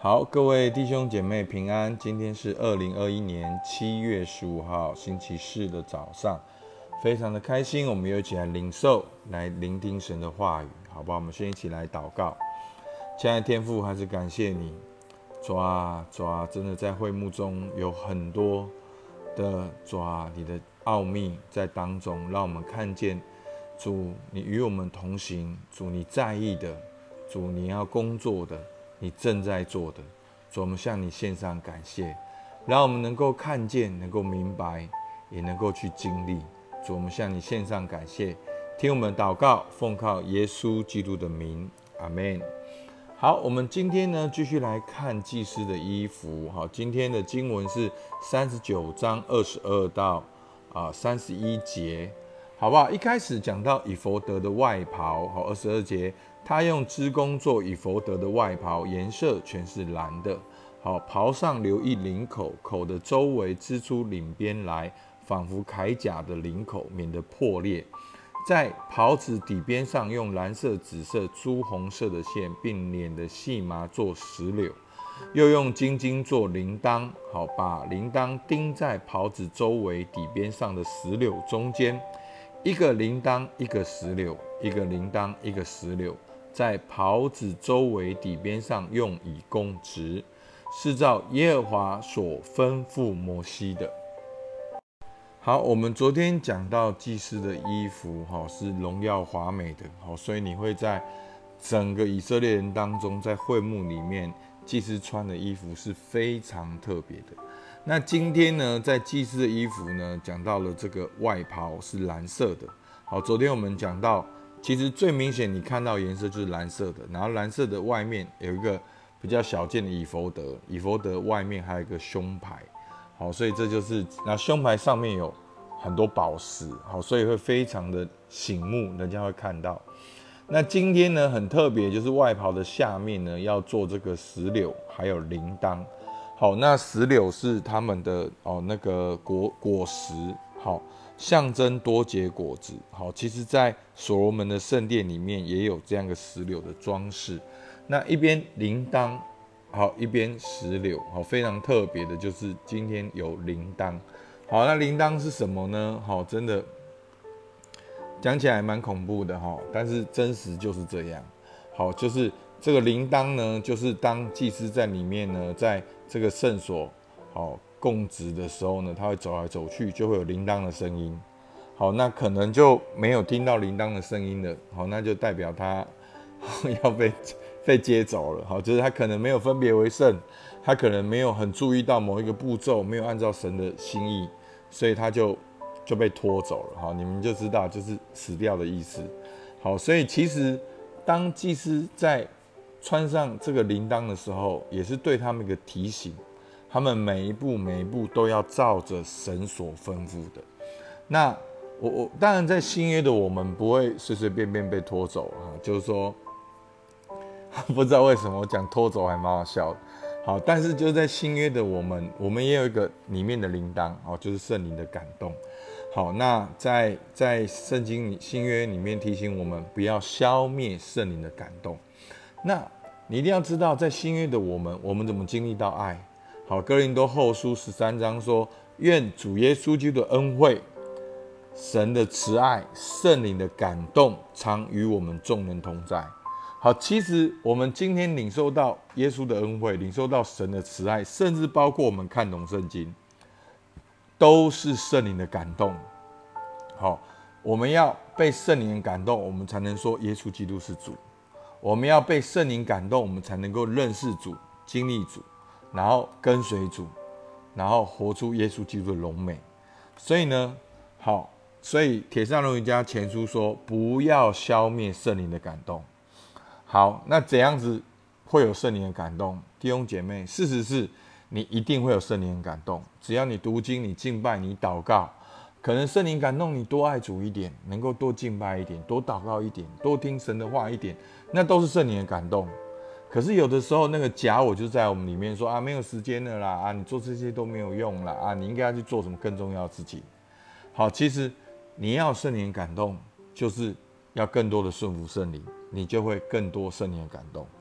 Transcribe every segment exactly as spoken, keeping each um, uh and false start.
好，各位弟兄姐妹平安。今天是二零二一年七月十五号星期四的早上，非常的开心，我们又一起来领受，来聆听神的话语，好不好？我们先一起来祷告。亲爱的天父，还是感谢你，主啊，主啊，真的在会幕中有很多的主啊，你的奥秘在当中，让我们看见主你与我们同行，主你在意的，主你要工作的。你正在做的，主，我们向你献上感谢，让我们能够看见，能够明白，也能够去经历。主，我们向你献上感谢，听我们祷告，奉靠耶稣基督的名，阿们。好，我们今天呢，继续来看祭司的衣服。好，今天的经文是三十九章二十二到啊三十一节，好不好？一开始讲到以弗得的外袍，好，二十二节。他用织工做以弗得的外袍，颜色全是蓝的。好，袍上留一领口，口的周围织出领边来，仿佛铠甲的领口，免得破裂。在袍子底边上用蓝色、紫色、朱红色的线，并捻的细麻做石榴，又用金金做铃铛。好，把铃铛钉在袍子周围底边上的石榴中间，一个铃铛，一个石榴，一个铃铛，一个石榴。在袍子周围底边上用以供职，是照耶和华所吩咐摩西的。好，我们昨天讲到祭司的衣服是荣耀华美的，所以你会在整个以色列人当中，在会幕里面，祭司穿的衣服是非常特别的。那今天呢，在祭司的衣服呢，讲到了这个外袍是蓝色的。好，昨天我们讲到。其实最明显，你看到颜色就是蓝色的，然后蓝色的外面有一个比较小件的以弗得，以弗得外面还有一个胸牌，好，所以这就是，那胸牌上面有很多宝石，好，所以会非常的醒目，人家会看到。那今天呢，很特别，就是外袍的下面呢要做这个石榴，还有铃铛，好，那石榴是他们的哦那个果果实，好。象征多结果子，好，其实在所罗门的圣殿里面也有这样个石榴的装饰。那一边铃铛，好，一边石榴，好，非常特别的就是今天有铃铛。好，那铃铛是什么呢？好，真的讲起来蛮恐怖的哈，但是真实就是这样。好，就是这个铃铛呢，就是当祭司在里面呢，在这个圣所，好。供职的时候呢，他会走来走去，就会有铃铛的声音。好，那可能就没有听到铃铛的声音了。好，那就代表他要被被接走了。好，就是他可能没有分别为圣，他可能没有很注意到某一个步骤，没有按照神的心意，所以他就就被拖走了。好，你们就知道就是死掉的意思。好，所以其实当祭司在穿上这个铃铛的时候，也是对他们一个提醒。他们每一步每一步都要照着神所吩咐的。那我我当然在新约的我们不会随随便便被拖走啊，就是说不知道为什么我讲拖走还蛮好笑的。好，但是就是在新约的我们，我们也有一个里面的铃铛，哦，就是圣灵的感动。好，那在在圣经新约里面提醒我们不要消灭圣灵的感动。那你一定要知道，在新约的我们，我们怎么经历到爱？好，哥林多后书十三章说：愿主耶稣基督的恩惠、神的慈爱、圣灵的感动，常与我们众人同在。好，其实我们今天领受到耶稣的恩惠，领受到神的慈爱，甚至包括我们看懂圣经，都是圣灵的感动。好，我们要被圣灵感动，我们才能说耶稣基督是主；我们要被圣灵感动，我们才能够认识主、经历主。然后跟随主，然后活出耶稣基督的荣美。所以呢，好，所以帖撒罗尼迦前书说，不要消灭圣灵的感动。好，那怎样子会有圣灵的感动？弟兄姐妹，事实是你一定会有圣灵的感动。只要你读经、你敬拜、你祷告，可能圣灵感动你多爱主一点，能够多敬拜一点，多祷告一点，多听神的话一点，那都是圣灵的感动。可是有的时候，那个假我就在我们里面说啊，没有时间了啦，啊，你做这些都没有用啦，啊，你应该要去做什么更重要的事情。好，其实你要圣灵感动，就是要更多的顺服圣灵，你就会更多圣灵的感动。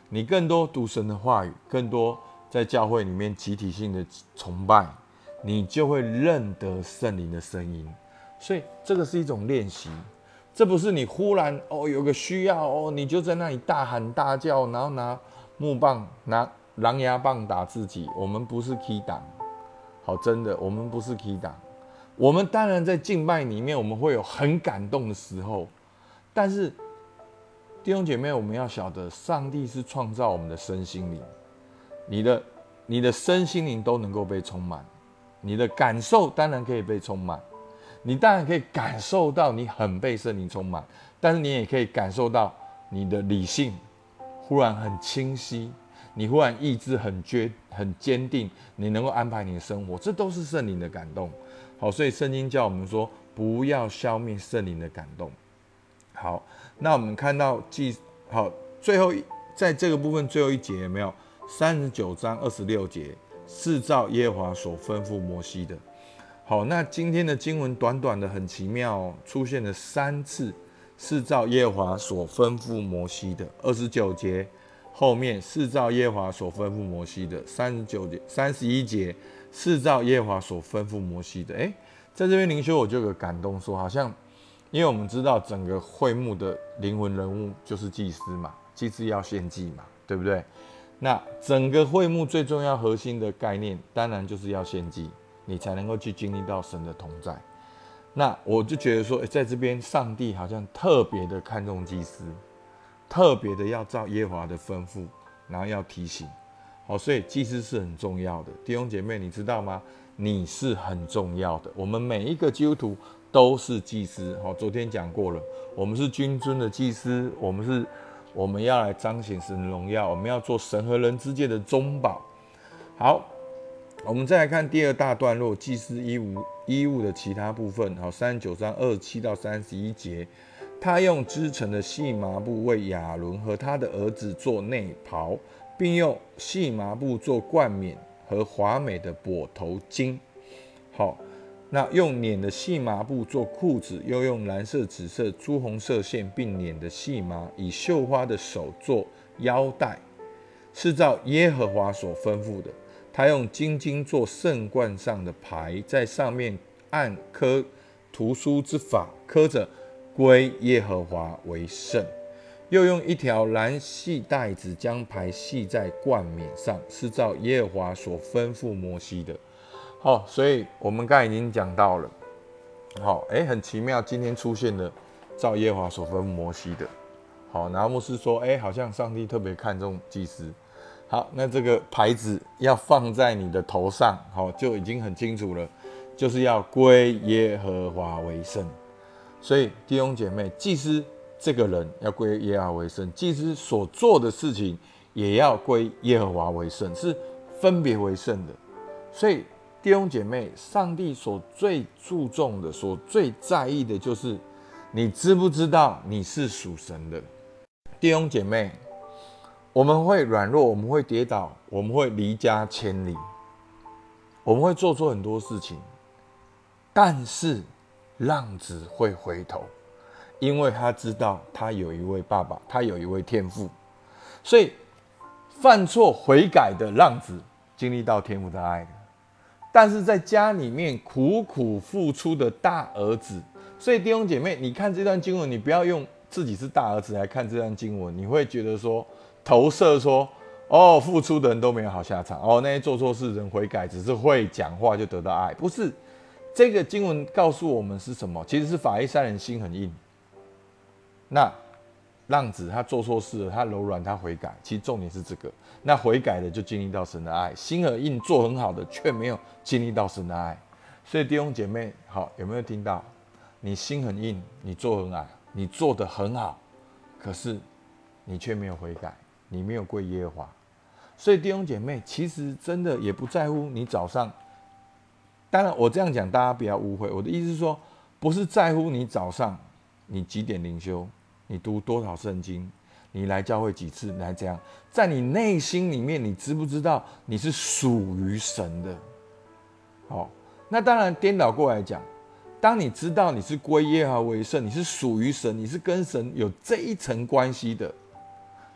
你更多读神的话语，更多在教会里面集体性的崇拜，你就会认得圣灵的声音。所以这个是一种练习，这不是你忽然哦有个需要哦，你就在那里大喊大叫，然后拿木棒、拿狼牙棒打自己。我们不是 key 党，好，真的，我们不是 key 党。我们当然在敬拜里面，我们会有很感动的时候，但是弟兄姐妹，我们要晓得，上帝是创造我们的身心灵，你的你的身心灵都能够被充满，你的感受当然可以被充满，你当然可以感受到你很被圣灵充满，但是你也可以感受到你的理性忽然很清晰，你忽然意志很决很坚定，你能够安排你的生活，这都是圣灵的感动。好，所以圣经叫我们说，不要消灭圣灵的感动。好，那我们看到记好最后在这个部分最后一节有没有？三十九章二十六节，是照耶和华所吩咐摩西的。好，那今天的经文短短的很奇妙哦，出现了三次，是照耶和华所吩咐摩西的。二十九节后面是照耶和华所吩咐摩西的。三十九节、三十一节是照耶和华所吩咐摩西的。哎，在这边灵修我就有个感动说，好像。因为我们知道整个会幕的灵魂人物就是祭司嘛，祭司要献祭嘛，对不对？那整个会幕最重要核心的概念，当然就是要献祭，你才能够去经历到神的同在。那我就觉得说，在这边上帝好像特别的看重祭司，特别的要照耶和华的吩咐，然后要提醒。好，所以祭司是很重要的。弟兄姐妹，你知道吗？你是很重要的。我们每一个基督徒都是祭司。好，昨天讲过了，我们是君尊的祭司，我们是我们要来彰显神的荣耀，我们要做神和人之间的中保。好，我们再来看第二大段落，祭司衣物衣物的其他部分。好，三十九章二十七到三十一节，他用织成的细麻布为亚伦和他的儿子做内袍，并用细麻布做冠冕和华美的裹头巾。好，那用捻的细麻布做裤子，又用蓝色、紫色、朱红色线并捻的细麻，以绣花的手做腰带，是照耶和华所吩咐的。他用金金做圣冠上的牌，在上面按刻图书之法刻着归耶和华为圣。又用一条蓝细带子将牌系在冠冕上，是照耶和华所吩咐摩西的。好，所以我们刚才已经讲到了。好，哎，很奇妙，今天出现了照耶和华所吩咐摩西的。好，然后牧师说，哎，好像上帝特别看重祭司。好，那这个牌子要放在你的头上，好，就已经很清楚了，就是要归耶和华为圣。所以弟兄姐妹，祭司这个人要归耶和华为圣，祭司所做的事情也要归耶和华为圣，是分别为圣的。所以弟兄姐妹，上帝所最注重的、所最在意的，就是你知不知道你是属神的。弟兄姐妹，我们会软弱，我们会跌倒，我们会离家千里，我们会做错很多事情，但是浪子会回头，因为他知道他有一位爸爸，他有一位天父。所以犯错悔改的浪子经历到天父的爱的，但是在家里面苦苦付出的大儿子。所以弟兄姐妹，你看这段经文，你不要用自己是大儿子来看这段经文，你会觉得说投射说，哦，付出的人都没有好下场，哦，那些做错事人悔改只是会讲话就得到爱，不是。这个经文告诉我们是什么？其实是法利赛人心很硬。那浪子他做错事了，他柔软，他悔改，其实重点是这个。那悔改的就经历到神的爱，心很硬做很好的却没有经历到神的爱。所以弟兄姐妹，好，有没有听到？你心很硬，你做很矮，你做得很好，可是你却没有悔改，你没有归耶和华。所以弟兄姐妹，其实真的也不在乎你早上。当然我这样讲大家不要误会，我的意思是说，不是在乎你早上你几点灵修，你读多少圣经，你来教会几次，来这样，在你内心里面，你知不知道你是属于神的？好，那当然颠倒过来讲，当你知道你是归耶和华为圣，你是属于神，你是跟神有这一层关系的，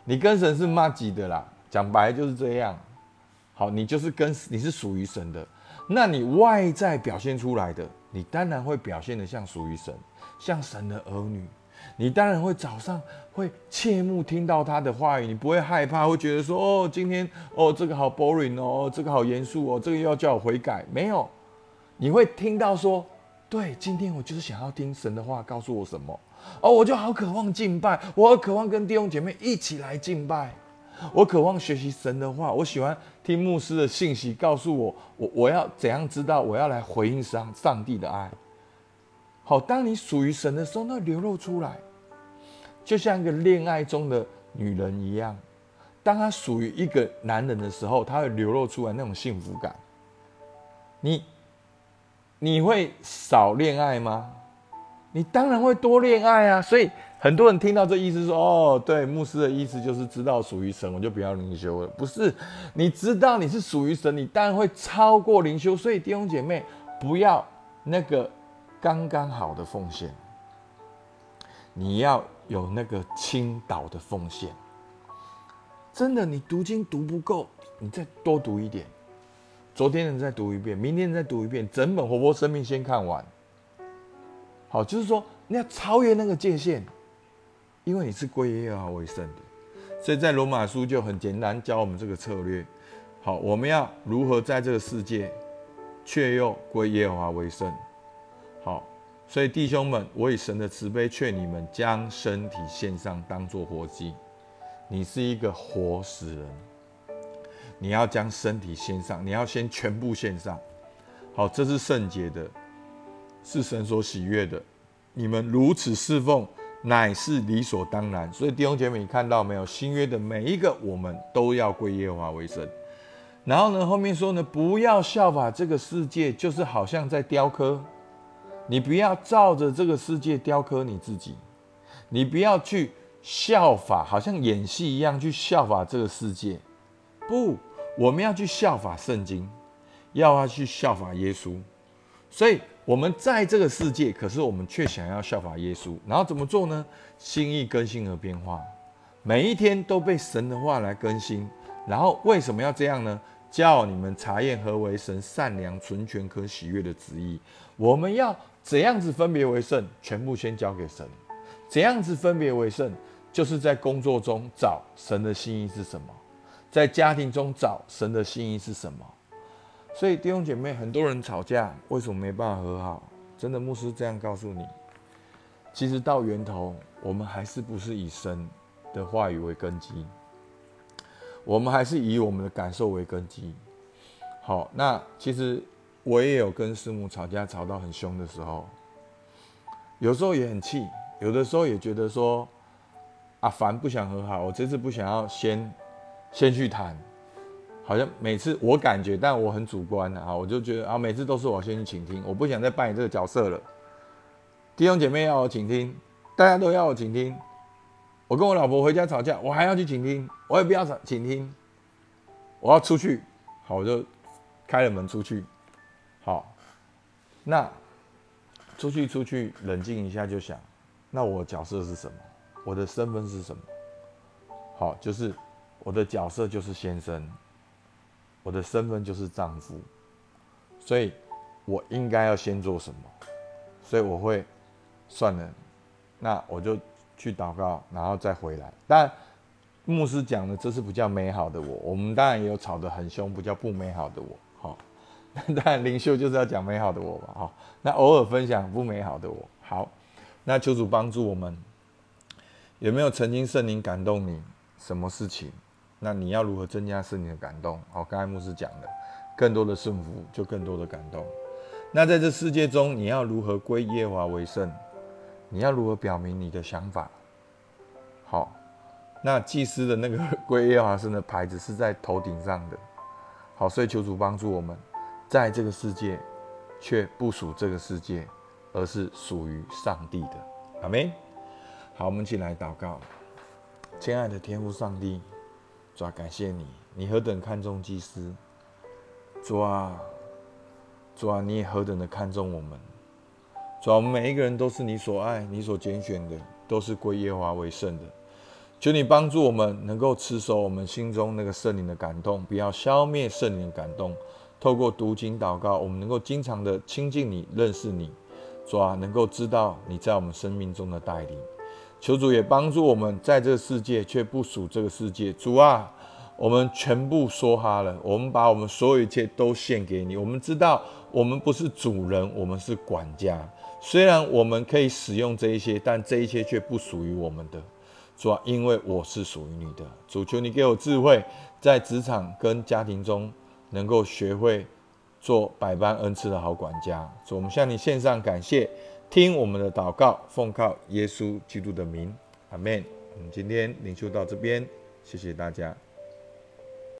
你跟神是麻吉的啦，讲白就是这样。好，你就是跟你是属于神的，那你外在表现出来的，你当然会表现得像属于神，像神的儿女。你当然会早上会切慕听到他的话语，你不会害怕，会觉得说哦，今天哦这个好 boring 哦，这个好严肃哦，这个又要叫我悔改，没有，你会听到说，对，今天我就是想要听神的话告诉我什么哦，我就好渴望敬拜，我好渴望跟弟兄姐妹一起来敬拜，我渴望学习神的话，我喜欢听牧师的信息告诉我，我我要怎样知道我要来回应上上帝的爱。好，当你属于神的时候，那流露出来，就像一个恋爱中的女人一样，当她属于一个男人的时候，她会流露出来那种幸福感。你你会少恋爱吗？你当然会多恋爱啊！所以很多人听到这意思说，哦，对，牧师的意思就是知道属于神，我就不要灵修了。不是，你知道你是属于神，你当然会超过灵修。所以弟兄姐妹，不要那个刚刚好的奉献，你要有那个倾倒的奉献。真的，你读经读不够，你再多读一点。昨天你再读一遍，明天再读一遍，整本《活泼生命》先看完。好，就是说你要超越那个界限，因为你是归耶和华为圣的。所以在罗马书就很简单教我们这个策略。好，我们要如何在这个世界，却又归耶和华为圣。好，所以弟兄们，我以神的慈悲劝你们，将身体献上，当作活祭。你是一个活死人，你要将身体献上，你要先全部献上。好，这是圣洁的，是神所喜悦的。你们如此侍奉，乃是理所当然。所以弟兄姐妹，你看到没有？新约的每一个我们都要归耶和华为圣。然后呢，后面说呢，不要效法这个世界，就是好像在雕刻。你不要照着这个世界雕刻你自己，你不要去效法，好像演戏一样去效法这个世界。不，我们要去效法圣经，要要去效法耶稣。所以我们在这个世界，可是我们却想要效法耶稣。然后怎么做呢？心意更新而变化，每一天都被神的话来更新。然后为什么要这样呢？叫你们查验何为神善良、纯全、可喜悦的旨意。我们要怎样子分别为圣？全部先交给神。怎样子分别为圣？就是在工作中找神的心意是什么，在家庭中找神的心意是什么。所以弟兄姐妹，很多人吵架，为什么没办法和好？真的，牧师这样告诉你，其实到源头，我们还是不是以神的话语为根基，我们还是以我们的感受为根基。好，那其实我也有跟师母吵架，吵到很凶的时候，有时候也很气，有的时候也觉得说啊烦，不想和好，我这次不想要先先去谈。好像每次我感觉，但我很主观啊，我就觉得啊，每次都是我先去倾听，我不想再扮演这个角色了。弟兄姐妹要我倾听，大家都要我倾听。我跟我老婆回家吵架，我还要去倾听，我也不要倾听，我要出去。好，我就开了门出去。好，那出去出去冷静一下，就想，那我的角色是什么？我的身份是什么？好，就是我的角色就是先生。我的身份就是丈夫，所以我应该要先做什么？所以我会算了，那我就去祷告，然后再回来。但牧师讲的这是比较美好的我，我们当然也有吵得很凶，比较不美好的我。好，当然灵修就是要讲美好的我吧。好，那偶尔分享不美好的我。好，那求主帮助我们。有没有曾经圣灵感动你什么事情？那你要如何增加圣灵的感动？好，刚才牧师讲的，更多的顺服就更多的感动。那在这世界中，你要如何归耶和华为圣？你要如何表明你的想法？好，那祭司的那个归耶和华圣的牌子是在头顶上的。好，所以求主帮助我们，在这个世界却不属这个世界，而是属于上帝的。阿们。好，我们一起来祷告。亲爱的天父上帝，主啊，感谢你，你何等看重祭司。主啊，主啊，你也何等的看重我们。主啊，我们每一个人都是你所爱、你所拣选的，都是归耶和华为圣的。 求你帮助我们能够持守我们心中那个圣灵的感动，不要消灭圣灵的感动。透过读经祷告，我们能够经常的亲近你，认识你。主啊，能够知道你在我们生命中的带领。求主也帮助我们，在这个世界却不属这个世界。主啊，我们全部说哈了，我们把我们所有一切都献给你。我们知道我们不是主人，我们是管家。虽然我们可以使用这一些，但这一切却不属于我们的。主啊，因为我是属于你的。主，求你给我智慧，在职场跟家庭中能够学会做百般恩赐的好管家。主，我们向你献上感谢，听我们的祷告，奉靠耶稣基督的名，阿们。我们今天灵修到这边，谢谢大家。